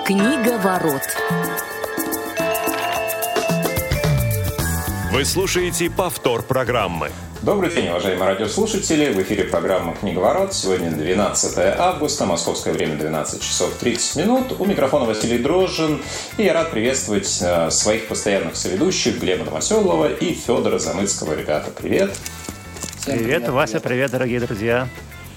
Книговорот. Вы слушаете повтор программы. Добрый день, уважаемые радиослушатели. В эфире программа «Книговорот». Сегодня 12 августа, московское время 12 часов 30 минут. У микрофона Василий Дрожжин. И я рад приветствовать своих постоянных соведущих Глеба Новоселова и Федора Замыцкого. Ребята, привет. Привет, Вася, привет, дорогие друзья.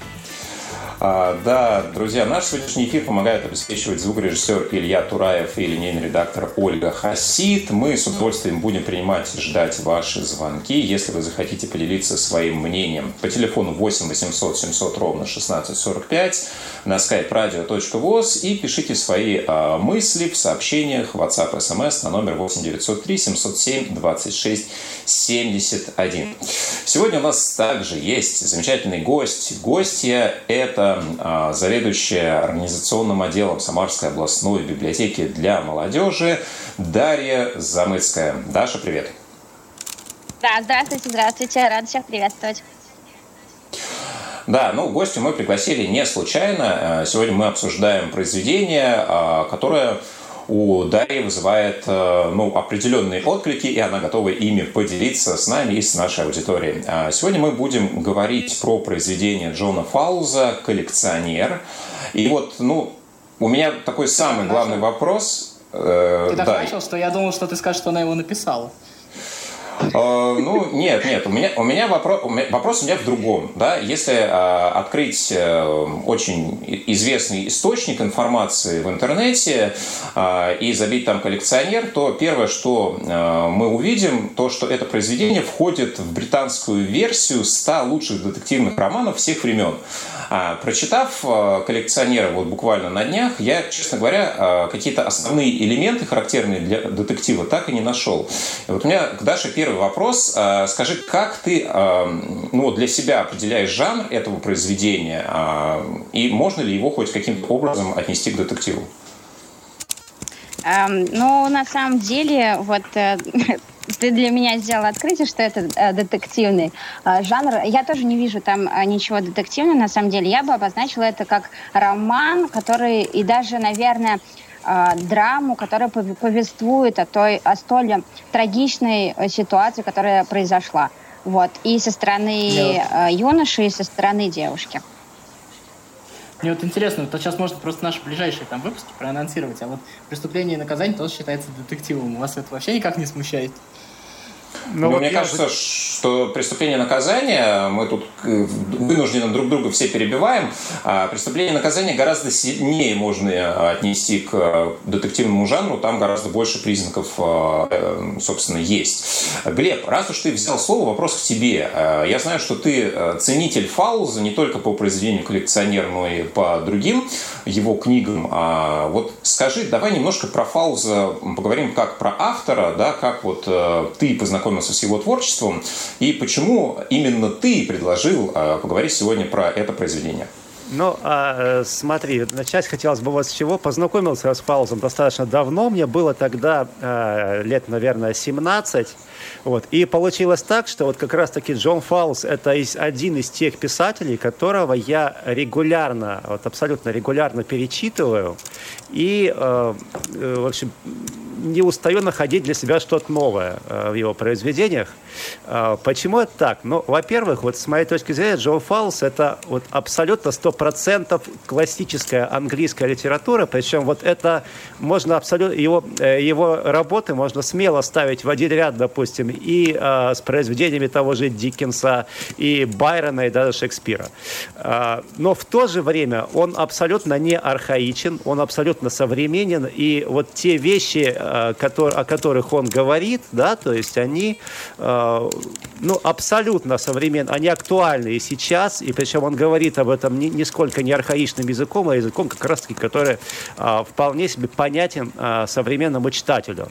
Да, друзья, наш сегодняшний эфир помогает обеспечивать звукорежиссер Илья Тураев и линейный редактор Ольга Хасид. Мы с удовольствием будем принимать и ждать ваши звонки, если вы захотите поделиться своим мнением. По телефону 8 800 700 ровно 1645 на skype radio.voz и пишите свои мысли в сообщениях WhatsApp, SMS на номер 8 903 707 26 71. Сегодня у нас также есть замечательный гость. Гостья – это заведующая организационным отделом Самарской областной библиотеки для молодежи Дарья Замыцкая. Даша, привет. Да, здравствуйте, рада всех приветствовать. Да, гостю мы пригласили не случайно. Сегодня мы обсуждаем произведение, которое у Дарьи вызывает определенные отклики, и она готова ими поделиться с нами и с нашей аудиторией. Сегодня мы будем говорить про произведение Джона Фаллза «Коллекционер». И вот, у меня такой самый главный вопрос. Ты так начал, что я думал, что ты скажешь, что она его написала. Нет, у меня вопрос у меня в другом. Да? Если открыть очень известный источник информации в интернете и забить там «коллекционер», то первое, что мы увидим, то, что это произведение входит в британскую версию 100 лучших детективных романов всех времен. Прочитав «Коллекционера» буквально на днях, я, честно говоря, какие-то основные элементы, характерные для детектива, так и не нашел. И вот у меня к Даше первый вопрос. Скажи, как ты для себя определяешь жанр этого произведения, и можно ли его хоть каким-то образом отнести к детективу? На самом деле, ты для меня сделала открытие, что это детективный жанр. Я тоже не вижу там ничего детективного, на самом деле. Я бы обозначила это как роман, который и даже, наверное, драму, которая повествует о столь трагичной ситуации, которая произошла. И со стороны юноши, и со стороны девушки. Мне интересно, то сейчас можно просто наши ближайшие выпуски проанонсировать, а «Преступление и наказание» тоже считается детективом. У вас это вообще никак не смущает? Мне кажется, что «Преступление и наказание» мы тут вынуждены друг друга все перебиваем. «Преступление и наказание» гораздо сильнее можно отнести к детективному жанру. Там гораздо больше признаков, собственно, есть. Глеб, раз уж ты взял слово, вопрос к тебе. Я знаю, что ты ценитель Фаллза не только по произведению «Коллекционер», но и по другим его книгам. Скажи, давай немножко про Фаллза поговорим как про автора, да, как ты познакомился с его творчеством, и почему именно ты предложил поговорить сегодня про это произведение? Смотри, начать хотелось бы с чего. Познакомился с Фаллзом достаточно давно. Мне было тогда лет, наверное, 17. И получилось так, что как раз-таки Джон Фаллз – это один из тех писателей, которого я регулярно, абсолютно регулярно перечитываю. И, в общем, не устаю находить для себя что-то новое в его произведениях. Почему это так? Во-первых, с моей точки зрения, Джон Фаллз – это абсолютно 100% классическая английская литература, причем это можно абсолютно, его работы можно смело ставить в один ряд, допустим, и с произведениями того же Диккенса, и Байрона, и даже Шекспира. Но в то же время он абсолютно не архаичен, он абсолютно современен, и те вещи, о которых он говорит, да, то есть они абсолютно современны, они актуальны и сейчас, и причем он говорит об этом нисколько не архаичным языком, а языком как раз-таки, который вполне себе понятен современному читателю.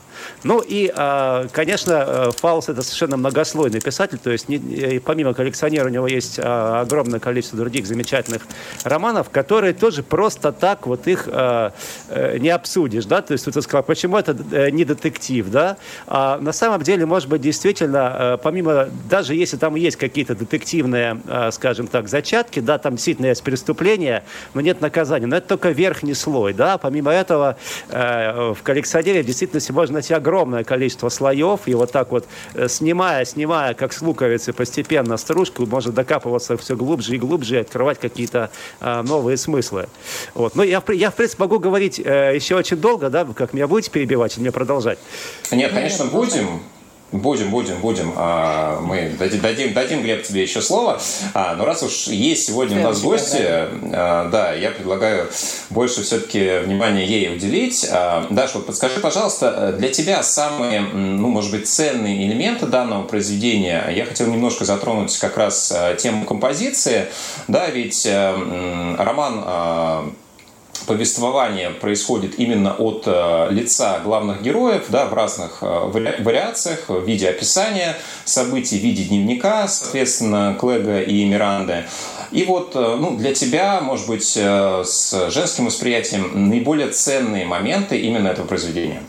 Конечно, Фаллз — это совершенно многослойный писатель, то есть помимо «Коллекционера» у него есть огромное количество других замечательных романов, которые тоже просто так их не обсудишь, да, то есть ты сказал, почему это не детектив, да? А на самом деле, может быть, действительно, помимо, даже если там есть какие-то детективные, скажем так, зачатки, да, там действительно есть преступления, но нет наказания. Но это только верхний слой, да? Помимо этого, в коллекционере в действительности можно найти огромное количество слоев, и вот так вот, снимая, как с луковицы, постепенно стружку, можно докапываться все глубже и глубже, и открывать какие-то новые смыслы. Вот. Ну, я, в принципе, могу говорить еще очень долго, да, как меня будете перебивать или мне продолжать? Нет, конечно, будем. Будем. Мы дадим, Глеб, тебе еще слово. Но раз уж есть сегодня у нас гости, да, я предлагаю больше все-таки внимания ей уделить. Даша, вот подскажи, пожалуйста, для тебя самые, ну, может быть, ценные элементы данного произведения. Я хотел немножко затронуть как раз тему композиции. Да, ведь роман... Повествование происходит именно от лица главных героев, да, в разных вариациях, в виде описания событий, в виде дневника, соответственно, Клэга и Миранды. И вот, ну, для тебя, может быть, с женским восприятием наиболее ценные моменты именно этого произведения?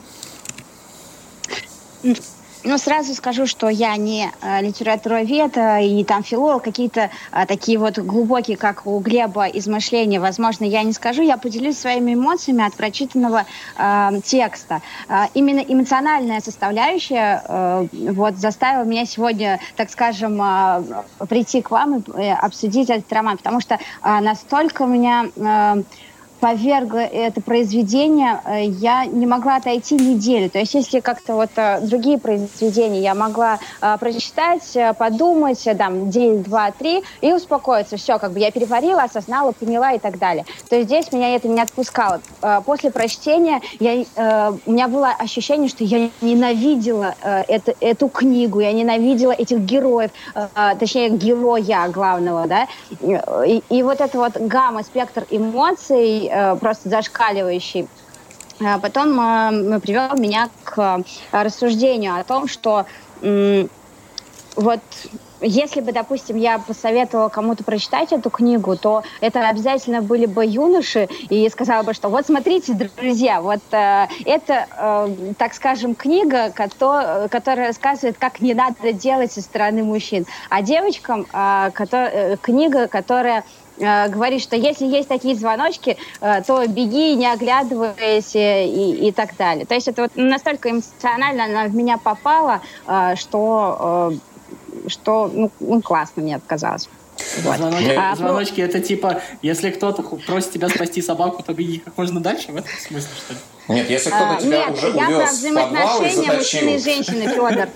Ну, сразу скажу, что я не литературовед и не там филолог, какие-то такие вот глубокие, как у Глеба, измышления, возможно, я не скажу. Я поделюсь своими эмоциями от прочитанного текста. Именно эмоциональная составляющая вот заставила меня сегодня, так скажем, прийти к вам и обсудить этот роман, потому что настолько меня... повергло это произведение, я не могла отойти неделю. То есть если как-то вот другие произведения я могла прочитать, подумать, там, день, два, три, и успокоиться. Все, как бы я переварила, осознала, поняла и так далее. То есть здесь меня это не отпускало. После прочтения у меня было ощущение, что я ненавидела эту книгу, я ненавидела этих героев, точнее, героя главного, да. И вот эта вот гамма, спектр эмоций, просто зашкаливающий. Потом привел меня к рассуждению о том, что вот если бы, допустим, я посоветовала кому-то прочитать эту книгу, то это обязательно были бы юноши, и сказала бы, что вот смотрите, друзья, вот это, так скажем, книга, которая рассказывает, как не надо делать со стороны мужчин. А девочкам книга, которая говорит, что если есть такие звоночки, то беги, не оглядываясь и так далее. То есть это вот настолько эмоционально она в меня попала, что ну, классно мне показалось. Вот. Звоночки это типа, если кто-то просит тебя спасти собаку, то беги как можно дальше, в этом смысле, что ли? Нет, если кто-то тебя уже увез в подвал и заточил. Мужчины и женщины, Федор.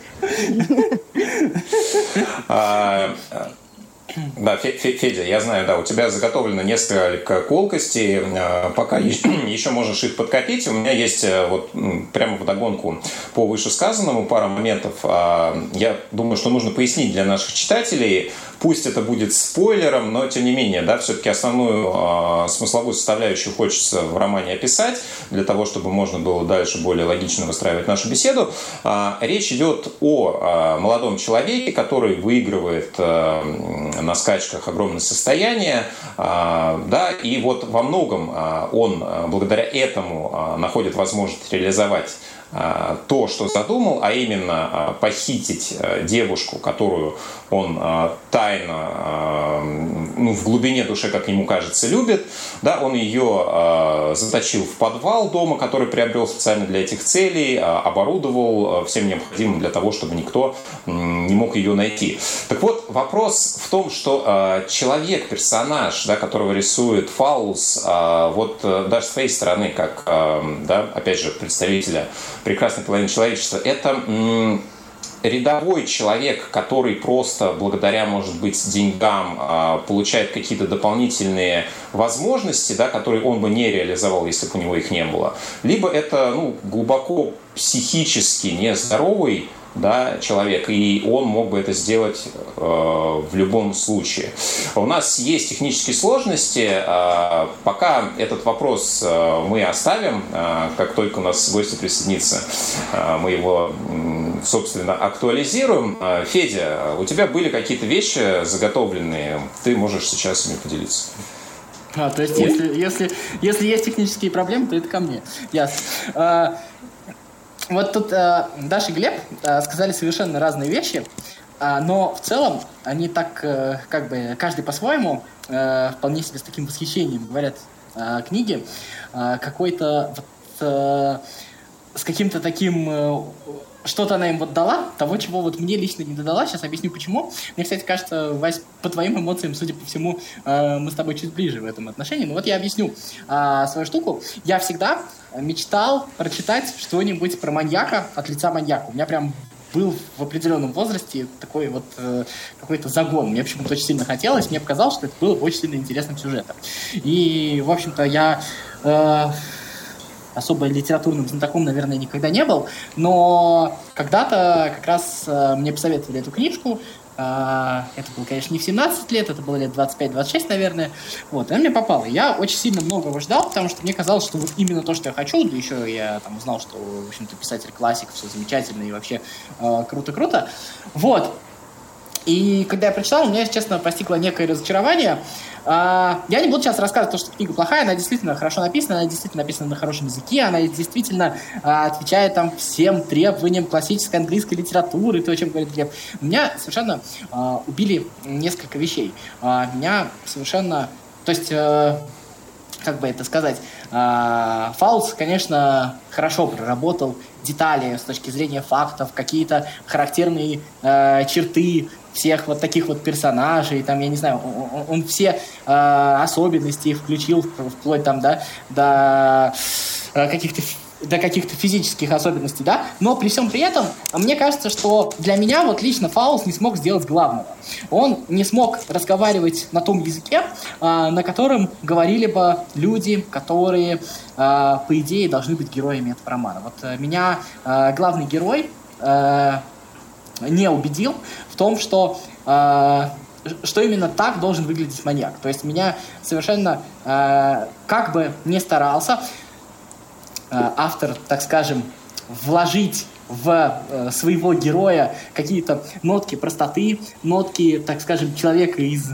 Да, Федя, я знаю, да, у тебя заготовлено несколько колкостей, пока еще можешь их подкопить. У меня есть вот прямо вдогонку по вышесказанному пара моментов. Я думаю, что нужно пояснить для наших читателей. Пусть это будет спойлером, но тем не менее, да, все-таки основную смысловую составляющую хочется в романе описать, для того, чтобы можно было дальше более логично выстраивать нашу беседу. Речь идет о молодом человеке, который выигрывает на скачках огромное состояние, да, и вот во многом он благодаря этому находит возможность реализовать то, что задумал, а именно похитить девушку, которую он тайно, ну, в глубине души, как ему кажется, любит. Да, он ее заточил в подвал дома, который приобрел специально для этих целей, оборудовал всем необходимым для того, чтобы никто не мог ее найти. Так вот, вопрос в том, что человек, персонаж, да, которого рисует Фаулс, вот даже с твоей стороны, как, да, опять же, представителя прекрасной половины человечества, это рядовой человек, который просто благодаря, может быть, деньгам получает какие-то дополнительные возможности, да, которые он бы не реализовал, если бы у него их не было. Либо это, ну, глубоко психически нездоровый, да, человек, и он мог бы это сделать в любом случае. У нас есть технические сложности. Пока этот вопрос мы оставим, как только у нас гости присоединится, мы его, собственно, актуализируем. Федя, у тебя были какие-то вещи заготовленные, ты можешь сейчас ими поделиться. То есть, если есть технические проблемы, то это ко мне. Ясно. Вот тут Даша и Глеб сказали совершенно разные вещи, но в целом они так, как бы, каждый по-своему, вполне себе с таким восхищением говорят о книге, какой-то вот, с каким-то таким... Что-то она им вот дала, того, чего вот мне лично не додала. Сейчас объясню, почему. Мне, кстати, кажется, Вась, по твоим эмоциям, судя по всему, мы с тобой чуть ближе в этом отношении. Ну вот я объясню свою штуку. Я всегда мечтал прочитать что-нибудь про маньяка от лица маньяка. У меня прям был в определенном возрасте такой вот какой-то загон. Мне почему-то очень сильно хотелось. Мне показалось, что это было очень сильно интересным сюжетом. И, в общем-то, я... особо литературным знатоком, наверное, никогда не был, но когда-то как раз мне посоветовали эту книжку. Это было, конечно, не в 17 лет, это было лет 25-26, наверное. Вот, и она мне попала. Я очень сильно многого ждал, потому что мне казалось, что вот именно то, что я хочу, да еще я там узнал, что, в общем-то, писатель-классик, все замечательно и вообще круто-круто. Вот. И когда я прочитал, у меня, если честно, постигло некое разочарование. Я не буду сейчас рассказывать, что книга плохая, она действительно хорошо написана, она действительно написана на хорошем языке, она действительно отвечает там всем требованиям классической английской литературы, то, о чем говорит Глеб. Меня совершенно убили несколько вещей. Меня совершенно... То есть... как бы это сказать, Фаулс, конечно, хорошо проработал детали с точки зрения фактов, какие-то характерные черты всех вот таких вот персонажей, там, я не знаю, он все особенности включил, вплоть там, да, до каких-то физических особенностей, да, но при всем при этом, мне кажется, что для меня вот лично Фаулс не смог сделать главного. Он не смог разговаривать на том языке, на котором говорили бы люди, которые, по идее, должны быть героями этого романа. Вот меня главный герой не убедил в том, что именно так должен выглядеть маньяк. То есть меня совершенно, как бы не старался автор, так скажем, вложить в своего героя какие-то нотки простоты, нотки, так скажем, человека из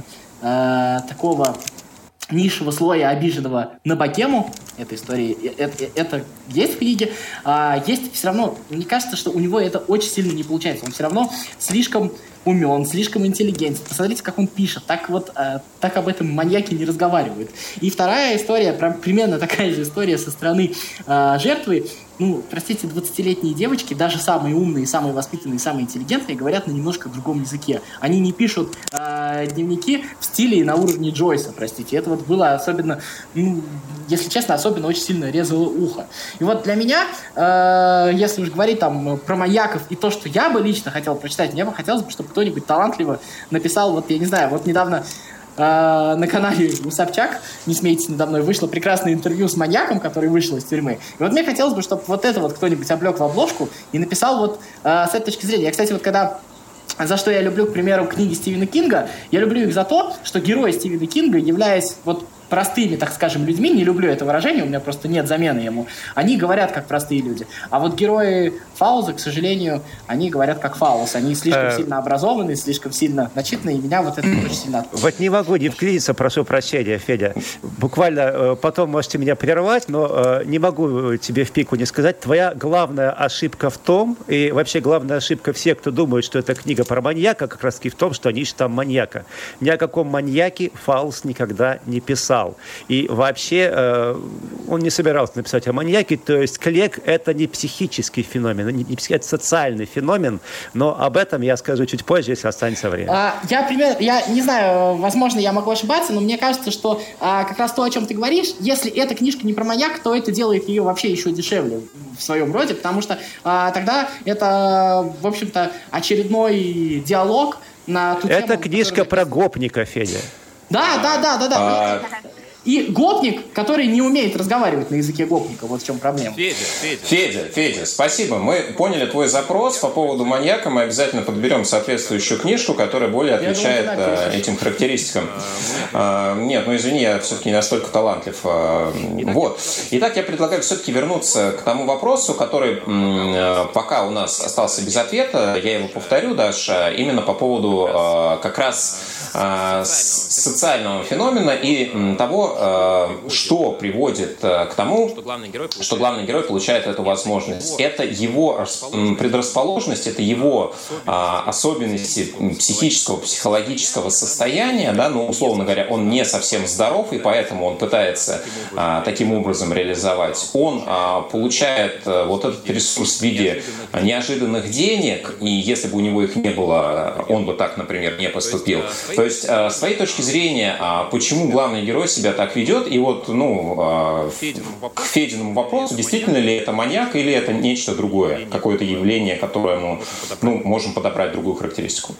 такого низшего слоя, обиженного на богему. Эта история, это есть в книге. Есть все равно, мне кажется, что у него это очень сильно не получается. Он все равно слишком умен, слишком интеллигентен. Посмотрите, как он пишет. Так об этом маньяки не разговаривают. И вторая история, примерно такая же история со стороны жертвы. Ну, простите, 20-летние девочки, даже самые умные, самые воспитанные, самые интеллигентные, говорят на немножко другом языке. Они не пишут дневники в стиле и на уровне Джойса, простите. Это вот было особенно, ну, если честно, особенно очень сильно резало ухо. И вот для меня, если уж говорить там про маньяков и то, что я бы лично хотел прочитать, мне бы хотелось, чтобы кто-нибудь талантливо написал, вот я не знаю, вот недавно на канале у Собчак, не смейтесь надо мной, вышло прекрасное интервью с маньяком, который вышел из тюрьмы. И вот мне хотелось бы, чтобы вот это вот кто-нибудь облег в обложку и написал вот с этой точки зрения. Я, кстати, вот когда... За что я люблю, к примеру, книги Стивена Кинга, я люблю их за то, что герои Стивена Кинга, являясь вот простыми, так скажем, людьми, не люблю это выражение, у меня просто нет замены ему, они говорят как простые люди. А вот герои Фаулза, к сожалению, они говорят как Фаулс. Они слишком сильно образованы, слишком сильно начитаны, и меня вот это очень сильно отпускает. Вот не могу не вклиниться, прошу прощения, Федя. Буквально потом можете меня прервать, но не могу тебе в пику не сказать. Твоя главная ошибка в том, и вообще главная ошибка всех, кто думает, что это книга про маньяка, как раз таки в том, что они ищут там маньяка. Ни о каком маньяке Фаулс никогда не писал. И вообще он не собирался написать о маньяке, то есть Клек — это не психический феномен, это социальный феномен, но об этом я скажу чуть позже, если останется время. Я не знаю, возможно, я могу ошибаться, но мне кажется, что как раз то, о чем ты говоришь, если эта книжка не про маньяка, то это делает ее вообще еще дешевле в своем роде, потому что тогда это, в общем-то, очередной диалог на ту тему. Это книжка про гопника, Федя. Да. И гопник, который не умеет разговаривать на языке гопника. Вот в чем проблема. Федя, спасибо. Мы поняли твой запрос по поводу маньяка. Мы обязательно подберем соответствующую книжку, которая более отвечает этим характеристикам. Нет, извини, я все-таки не настолько талантлив. Вот. Итак, я предлагаю все-таки вернуться к тому вопросу, который пока у нас остался без ответа. Я его повторю, Даша, именно по поводу как раз социального фемена и того, что приводит к тому, что главный герой получает эту возможность. Это его предрасположенность, это его особенности психического, психологического состояния, да, ну, условно говоря, он не совсем здоров, и поэтому он пытается таким образом реализовать. Он получает вот этот ресурс в виде неожиданных денег, и если бы у него их не было, он бы так, например, не поступил. То есть, с твоей точки зрения, почему главный герой себя так ведет, и вот, ну, к Фединому вопросу, действительно ли это маньяк или это нечто другое, какое-то явление, которое мы, ну, можем подобрать другую характеристику?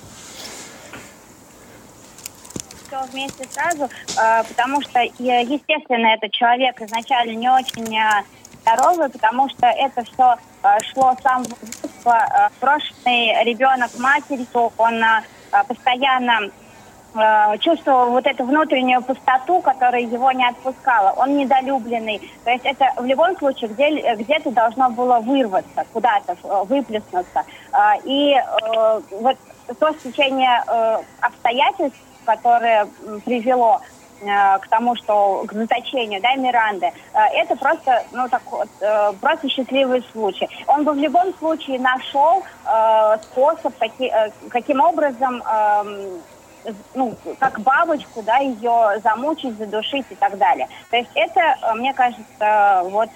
Вместе сразу, потому что, естественно, этот человек изначально не очень здоровый, потому что это все шло с самого детства. Брошенный ребенок матери, он постоянно чувствовал вот эту внутреннюю пустоту, которая его не отпускала. Он недолюбленный. То есть это в любом случае где-то должно было вырваться, куда-то выплеснуться. И вот то стечение обстоятельств, которое привело к тому, что к заточению, да, Миранды, это просто, ну, так вот, просто счастливый случай. Он бы в любом случае нашел способ, каким образом, ну, как бабочку, да, ее замучить, задушить и так далее. То есть это, мне кажется, вот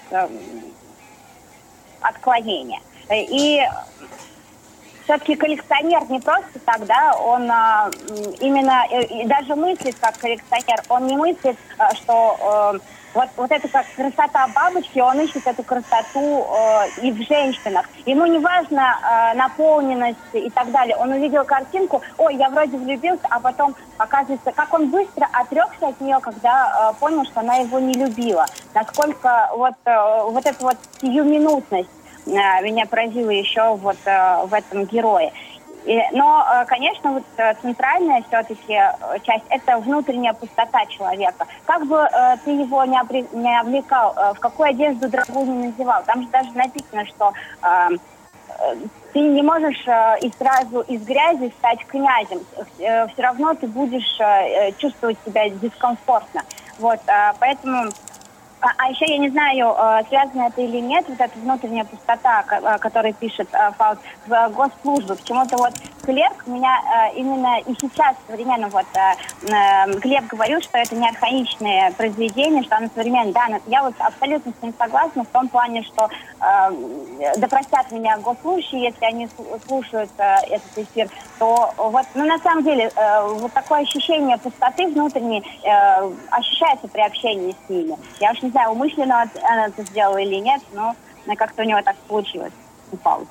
отклонение. И все-таки коллекционер не просто так, да, он именно, и даже мыслит как коллекционер, он не мыслит, что вот это как красота бабочки, он ищет эту красоту и в женщинах. Ему не важно наполненность и так далее. Он увидел картинку, ой, я вроде влюбился, а потом оказывается, как он быстро отрекся от нее, когда понял, что она его не любила. Насколько вот эта вот сиюминутность меня поразило еще вот в этом герое. Но, конечно, вот центральная все-таки часть – это внутренняя пустота человека. Как бы ты его не облекал, в какую одежду дорогую не надевал, там же даже написано, что ты не можешь и сразу из грязи стать князем. Все равно ты будешь чувствовать себя дискомфортно. Вот, поэтому... А еще я не знаю, связано это или нет, вот эта внутренняя пустота, о которой пишет Фауст, в госслужбе. Почему-то вот Глеб меня именно и сейчас современно, вот Глеб говорил, что это не архаичное произведение, что оно современное. Да, я вот абсолютно с ним согласна в том плане, что да простят меня госслужащие, если они слушают этот эфир, то вот, ну, на самом деле, вот такое ощущение пустоты внутренней ощущается при общении с ними. Я уж не знаю, умышленно она это сделала или нет, но как-то у него так получилось. Пауза.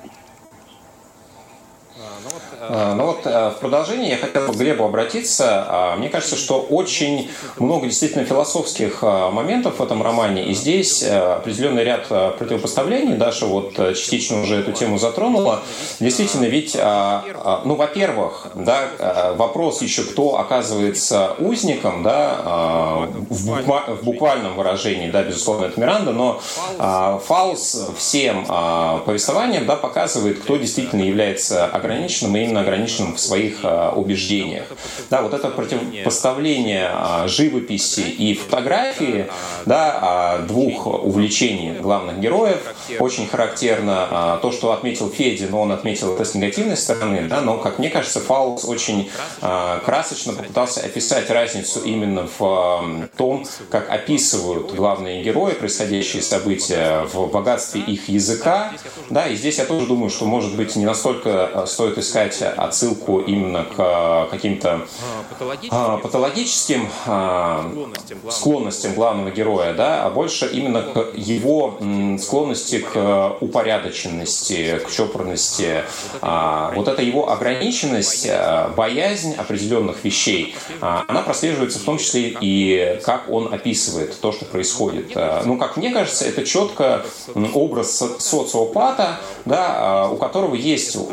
Ну вот в продолжении я хотел к Глебу обратиться. Мне кажется, что очень много действительно философских моментов в этом романе, и здесь определенный ряд противопоставлений. Даша вот частично уже эту тему затронула. Действительно, ведь, ну, во-первых, да, вопрос еще, кто оказывается узником, да, в буквальном выражении, да, безусловно, это Миранда, но Фауст всем повествованием, да, показывает, кто действительно является ограниченным, и именно ограниченным в своих убеждениях. Да, вот это противопоставление живописи и фотографии, да, двух увлечений главных героев очень характерно. То, что отметил Федя, но он отметил это с негативной стороны, да, но, как мне кажется, Фауст очень красочно попытался описать разницу именно в том, как описывают главные герои происходящие события, в богатстве их языка. Да, и здесь я тоже думаю, что, может быть, не настолько стоит искать отсылку именно к каким-то патологическим склонностям главного героя, да, а больше именно к его склонности к упорядоченности, к чопорности. Вот эта его ограниченность, боязнь определенных вещей, она прослеживается в том числе и как он описывает то, что происходит. Ну, как мне кажется, это четко образ социопата, да, у которого есть вот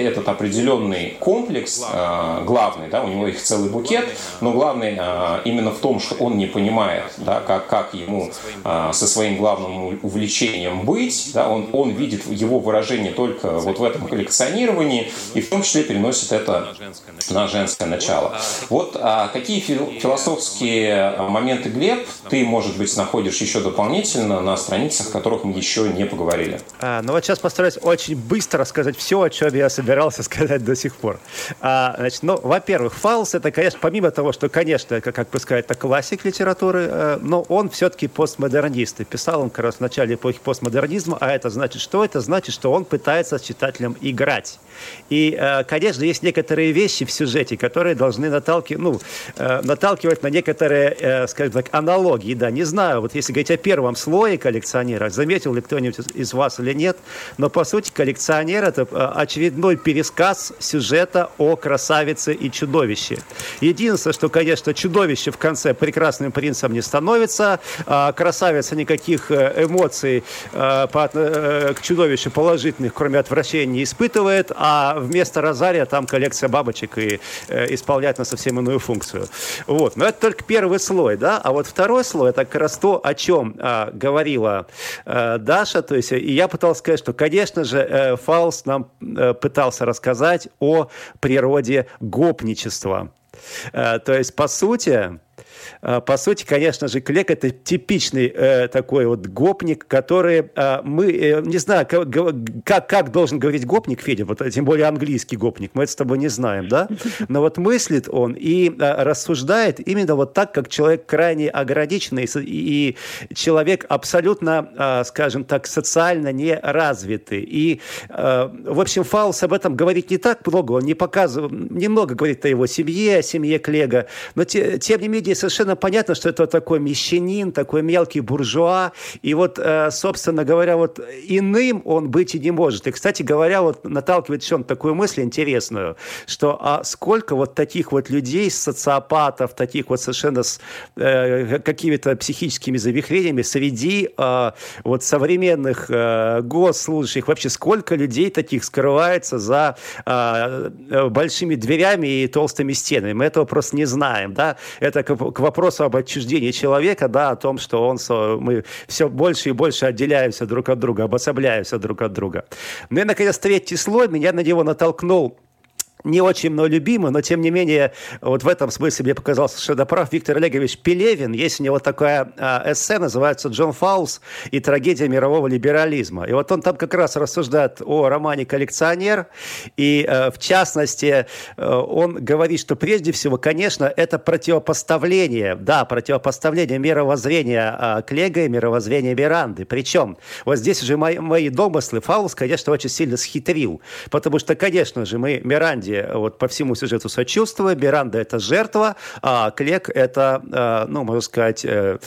этот определенный комплекс главный, да, у него их целый букет, но главный именно в том, что он не понимает, да, как ему со своим главным увлечением быть, да, он видит его выражение только вот в этом коллекционировании и в том числе переносит это на женское начало. Вот какие философские моменты, Глеб, ты, может быть, находишь еще дополнительно на страницах, о которых мы еще не поговорили? Ну вот сейчас постараюсь очень быстро сказать все, о чем я собирался сказать до сих пор. Значит, ну, во-первых, Фаулс — это, конечно, помимо того, что, конечно, это, как бы сказать, это классик литературы, но он все-таки постмодернист. И писал он как раз в начале эпохи постмодернизма, а это значит что? Это значит, что он пытается с читателем играть. И, конечно, есть некоторые вещи в сюжете, которые должны наталкивать на некоторые, скажем так, аналогии. Да, не знаю, вот если говорить о первом слое коллекционера, заметил ли кто-нибудь из вас или нет, но, по сути, коллекционер — это очередной пересказ сюжета о красавице и чудовище. Единственное, что, конечно, чудовище в конце прекрасным принцем не становится, красавица никаких эмоций к чудовищу положительных, кроме отвращения, не испытывает, а вместо розария там коллекция бабочек и исполняет на совсем иную функцию. Вот. Но это только первый слой, да? А вот второй слой — это как раз то, о чем говорила Даша. То есть, и я пытался сказать, что, конечно же, Фаулс нам пытался рассказать о природе гопничества. То есть, по сути, конечно же, Клек — это типичный такой вот гопник, который мы, не знаю, как должен говорить гопник, Федя, вот, тем более английский гопник, мы это с тобой не знаем, да? Но вот мыслит он и рассуждает именно вот так, как человек крайне ограниченный и человек абсолютно, скажем так, социально неразвитый. И, в общем, Фаулс об этом говорит не так много, он не показывает, немного говорит о его семье, о семье Клега, но тем не менее совершенно понятно, что это такой мещанин, такой мелкий буржуа, и вот, собственно говоря, вот иным он быть и не может. И, кстати говоря, вот наталкивает еще на такую мысль интересную, что сколько вот таких вот людей, социопатов, таких вот совершенно с какими-то психическими завихрениями среди вот современных госслужащих, вообще сколько людей таких скрывается за большими дверями и толстыми стенами. Мы этого просто не знаем, да? Это к вопросу об отчуждении человека, да, о том, что мы все больше и больше отделяемся друг от друга, обособляемся друг от друга. Ну и, наконец, третий слой, меня на него натолкнул не очень мной любимый, но, тем не менее, вот в этом смысле мне показался совершенно прав Виктор Олегович Пелевин. Есть у него такое эссе, называется «Джон Фаулс и трагедия мирового либерализма». И вот он там как раз рассуждает о романе «Коллекционер». И, в частности, он говорит, что прежде всего, конечно, это противопоставление мировоззрения Клега и мировоззрения Миранды. Причем, вот здесь уже мои домыслы. Фаулс, конечно, очень сильно схитрил. Потому что, конечно же, мы Миранде вот по всему сюжету сочувствуем. Миранда — это жертва, а Клег — это, можно сказать,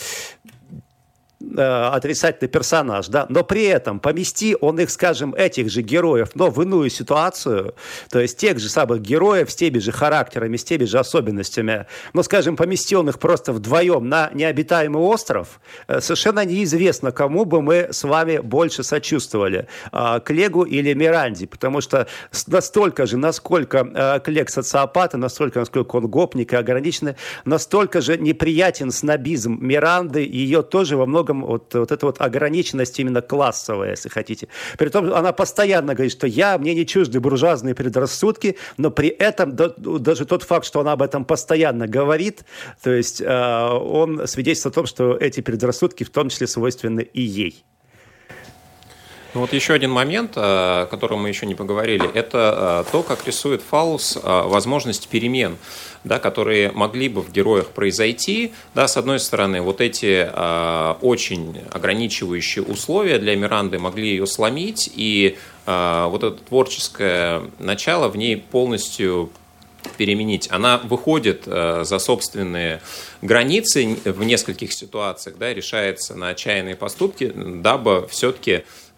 отрицательный персонаж, да, но при этом помести он их, скажем, этих же героев, но в иную ситуацию, то есть тех же самых героев с теми же характерами, с теми же особенностями, но, скажем, помести он их просто вдвоем на необитаемый остров, совершенно неизвестно, кому бы мы с вами больше сочувствовали, Клегу или Миранде, потому что настолько же, насколько Клег социопат, и настолько, насколько он гопник и ограниченный, настолько же неприятен снобизм Миранды, и ее тоже во многом вот эта вот ограниченность именно классовая, если хотите. При том, она постоянно говорит, что мне не чужды буржуазные предрассудки, но при этом даже тот факт, что она об этом постоянно говорит, то есть он свидетельствует о том, что эти предрассудки в том числе свойственны и ей. Ну вот еще один момент, о котором мы еще не поговорили, это то, как рисует Фаулс возможность перемен, да, которые могли бы в героях произойти. Да, с одной стороны, вот эти очень ограничивающие условия для Миранды могли ее сломить, и вот это творческое начало в ней полностью переменить. Она выходит за собственные границы в нескольких ситуациях, да, решается на отчаянные поступки, дабы все-таки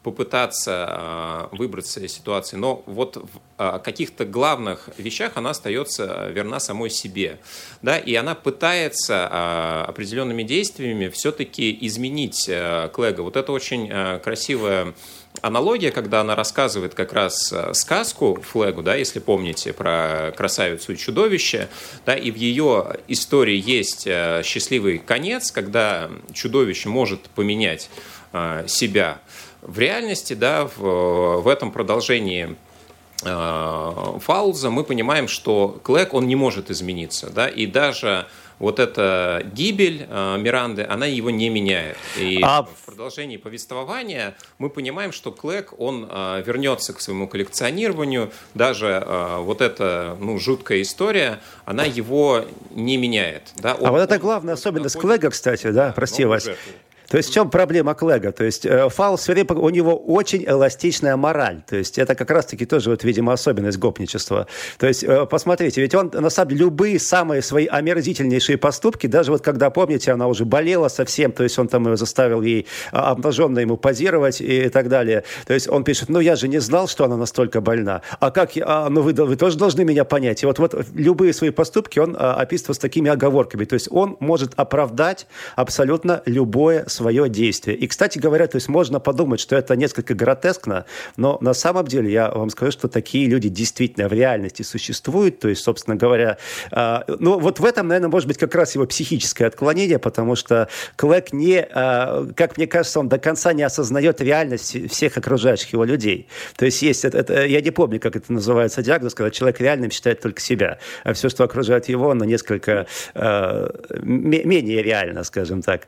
попытаться выбраться из ситуации, но вот в каких-то главных вещах она остается верна самой себе, да, и она пытается определенными действиями все-таки изменить Клэга. Вот это очень красивая аналогия, когда она рассказывает как раз сказку Флегу, да, если помните, про красавицу и чудовище, да, и в ее истории есть счастливый конец, когда чудовище может поменять себя. В реальности, да, в этом продолжении Фаулза мы понимаем, что Клэг, он не может измениться, да, и даже вот эта гибель Миранды, она его не меняет. И в продолжении повествования мы понимаем, что Клэг, он вернется к своему коллекционированию. Даже вот эта жуткая история, она его не меняет. Да? Вот это главная особенность Клэга, кстати, да, прости вас. То есть в чем проблема Клэга? То есть Фаулз все время, у него очень эластичная мораль. То есть это как раз-таки тоже, вот, видимо, особенность гопничества. То есть посмотрите, ведь он, на самом деле, любые самые свои омерзительнейшие поступки, даже вот когда, помните, она уже болела совсем, то есть он там ее заставил ей обнаженно ему позировать и так далее. То есть он пишет, я же не знал, что она настолько больна. А как, вы тоже должны меня понять. И вот любые свои поступки он описывает с такими оговорками. То есть он может оправдать абсолютно любое свое действие. И, кстати говоря, то есть можно подумать, что это несколько гротескно, но на самом деле я вам скажу, что такие люди действительно в реальности существуют. То есть, собственно говоря, вот в этом, наверное, может быть как раз его психическое отклонение, потому что Клэг как мне кажется, он до конца не осознает реальность всех окружающих его людей. То есть я не помню, как это называется диагноз, когда человек реальным считает только себя, а все, что окружает его, оно несколько менее реально, скажем так.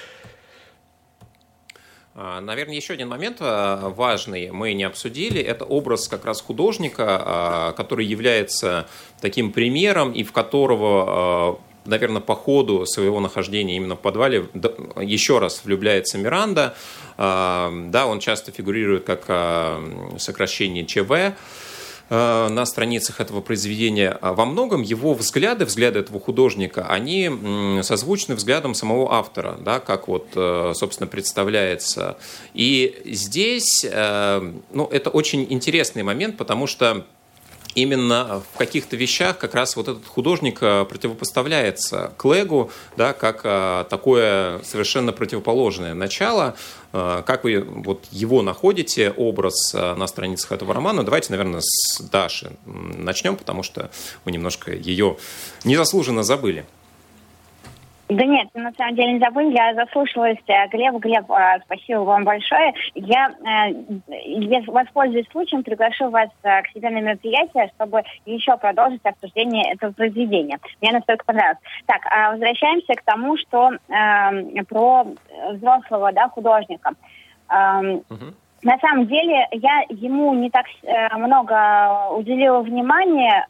Наверное, еще один момент важный мы не обсудили. Это образ как раз художника, который является таким примером, и в которого, наверное, по ходу своего нахождения именно в подвале еще раз влюбляется Миранда. Да, он часто фигурирует как сокращение ЧВ на страницах этого произведения. Во многом его взгляды этого художника, они созвучны взглядам самого автора, да, как вот, собственно, представляется. И здесь, это очень интересный момент, потому что именно в каких-то вещах как раз вот этот художник противопоставляется Клэгу, да, как такое совершенно противоположное начало. Как вы вот его находите, образ на страницах этого романа? Давайте, наверное, с Даши начнем, потому что мы немножко ее незаслуженно забыли. Да нет, на самом деле не забыли, я заслушалась Глеб, спасибо вам большое. Я воспользуюсь случаем, приглашу вас к себе на мероприятие, чтобы еще продолжить обсуждение этого произведения. Мне настолько понравилось. Так, возвращаемся к тому, что про взрослого, да, художника. На самом деле я ему не так много уделила внимания,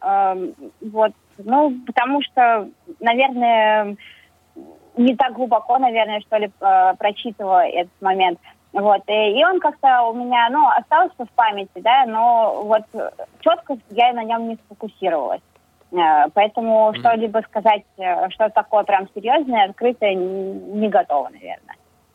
потому что, наверное, не так глубоко, наверное, что ли, прочитывала этот момент. Вот. И он как-то у меня, остался в памяти, да, но вот четко я на нем не сфокусировалась. Поэтому что-либо сказать, что такое прям серьезное, открытое, не готова, наверное.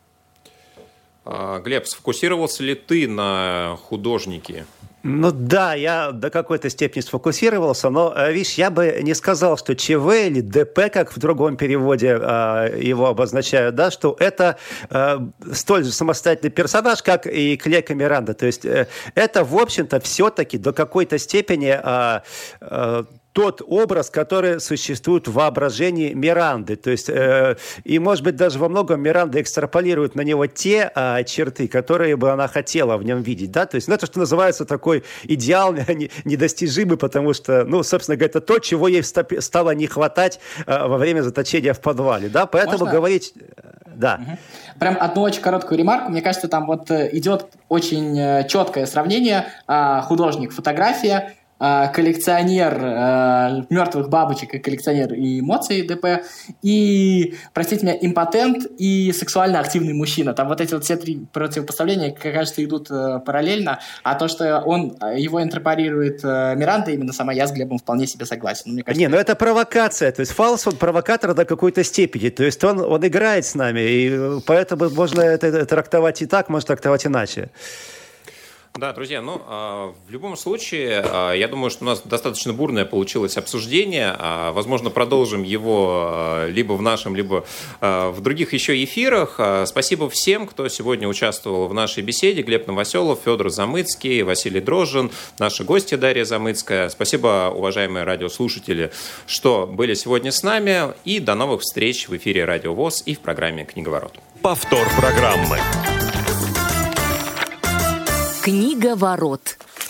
Глеб, сфокусировался ли ты на художнике? Да, я до какой-то степени сфокусировался, но, видишь, я бы не сказал, что ЧВ или ДП, как в другом переводе его обозначают, да, что это столь же самостоятельный персонаж, как и Клэг и Миранда. То есть это, в общем-то, все-таки до какой-то степени тот образ, который существует в воображении Миранды. То есть, и, может быть, даже во многом Миранда экстраполирует на него те черты, которые бы она хотела в нем видеть. Да? То есть, это, что называется, такой идеал недостижимый, потому что, собственно говоря, это то, чего ей стало не хватать во время заточения в подвале. Да? Поэтому можно говорить... Да. Прям одну очень короткую ремарку. Мне кажется, там вот идет очень четкое сравнение художник-фотография, коллекционер мертвых бабочек и коллекционер эмоций ДП, и, простите меня, импотент и сексуально активный мужчина. Там вот эти вот все три противопоставления, кажется, идут параллельно, а то, что его интерпретирует Миранда, именно сама, я с Глебом вполне себе согласен. Мне кажется, это провокация, то есть Фалс, он провокатор до какой-то степени, то есть он играет с нами, и поэтому можно это трактовать и так, можно трактовать иначе. Да, друзья, в любом случае, я думаю, что у нас достаточно бурное получилось обсуждение. Возможно, продолжим его либо в нашем, либо в других еще эфирах. Спасибо всем, кто сегодня участвовал в нашей беседе. Глеб Новоселов, Федор Замыцкий, Василий Дрожжин, наши гости Дарья Замыцкая. Спасибо, уважаемые радиослушатели, что были сегодня с нами. И до новых встреч в эфире Радио ВОС и в программе «Книговорот». Повтор программы. Книговорот.